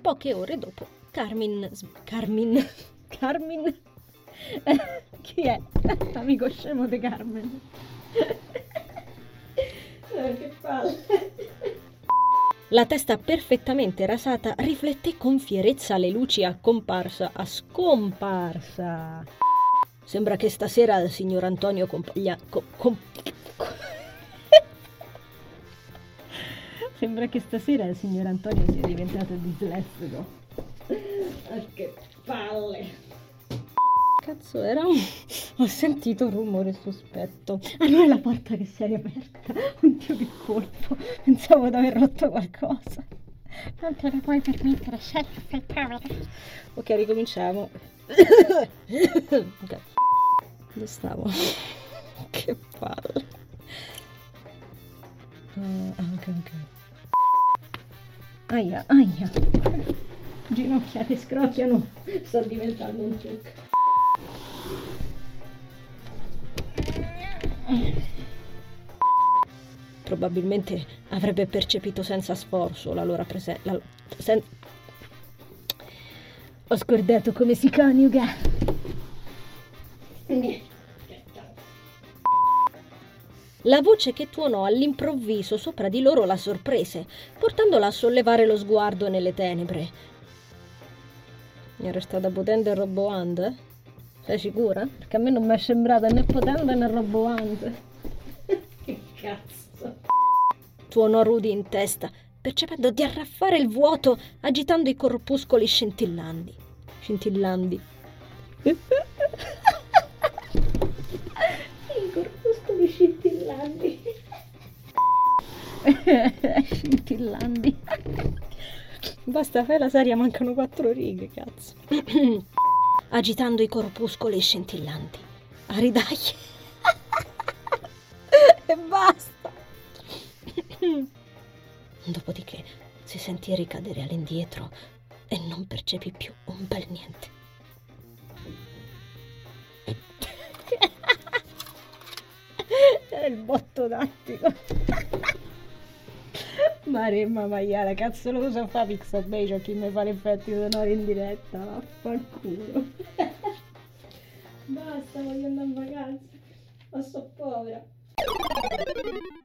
Poche ore dopo, Carmin... Chi è? Amico scemo di Carmen. Che palle. La testa perfettamente rasata rifletté con fierezza le luci a scomparsa. Sembra che stasera il signor Antonio Sembra che stasera il signor Antonio sia diventato dislessico. Che palle. Cazzo era? Ho sentito un rumore sospetto. Ah, non è la porta che si è riaperta. Oddio, che colpo. Pensavo di aver rotto qualcosa. Non te ne puoi permettere, sei povera. Ok, ricominciamo. Ok. Dove stavo? Che palle. Ok. Aia. Ginocchiate scrocchiano. Sto diventando un trucco. Probabilmente avrebbe percepito senza sforzo la loro presenza. Ho scordato come si coniuga. La voce che tuonò all'improvviso sopra di loro la sorprese, portandola a sollevare lo sguardo nelle tenebre. Mi era stata potente e roboante? Sei sicura? Perché a me non mi è sembrata né potente né roboante. Che cazzo? Tuonò Rudy in testa, percependo di arraffare il vuoto, agitando i corpuscoli scintillanti. I corpuscoli scintillanti. Scintillanti. Basta, fai la serie, mancano 4 righe, cazzo. Agitando i corpuscoli scintillanti. Aridai. E basta. Dopodiché si sentì ricadere all'indietro e non percepì più un bel niente. Era il botto tattico. Maremma maiala, cazzo lo uso a fare Pixabay, c'ho chi mi fa l'effetti sonori in diretta, vaffanculo. Basta, voglio andare in vacanza, ma sto povera.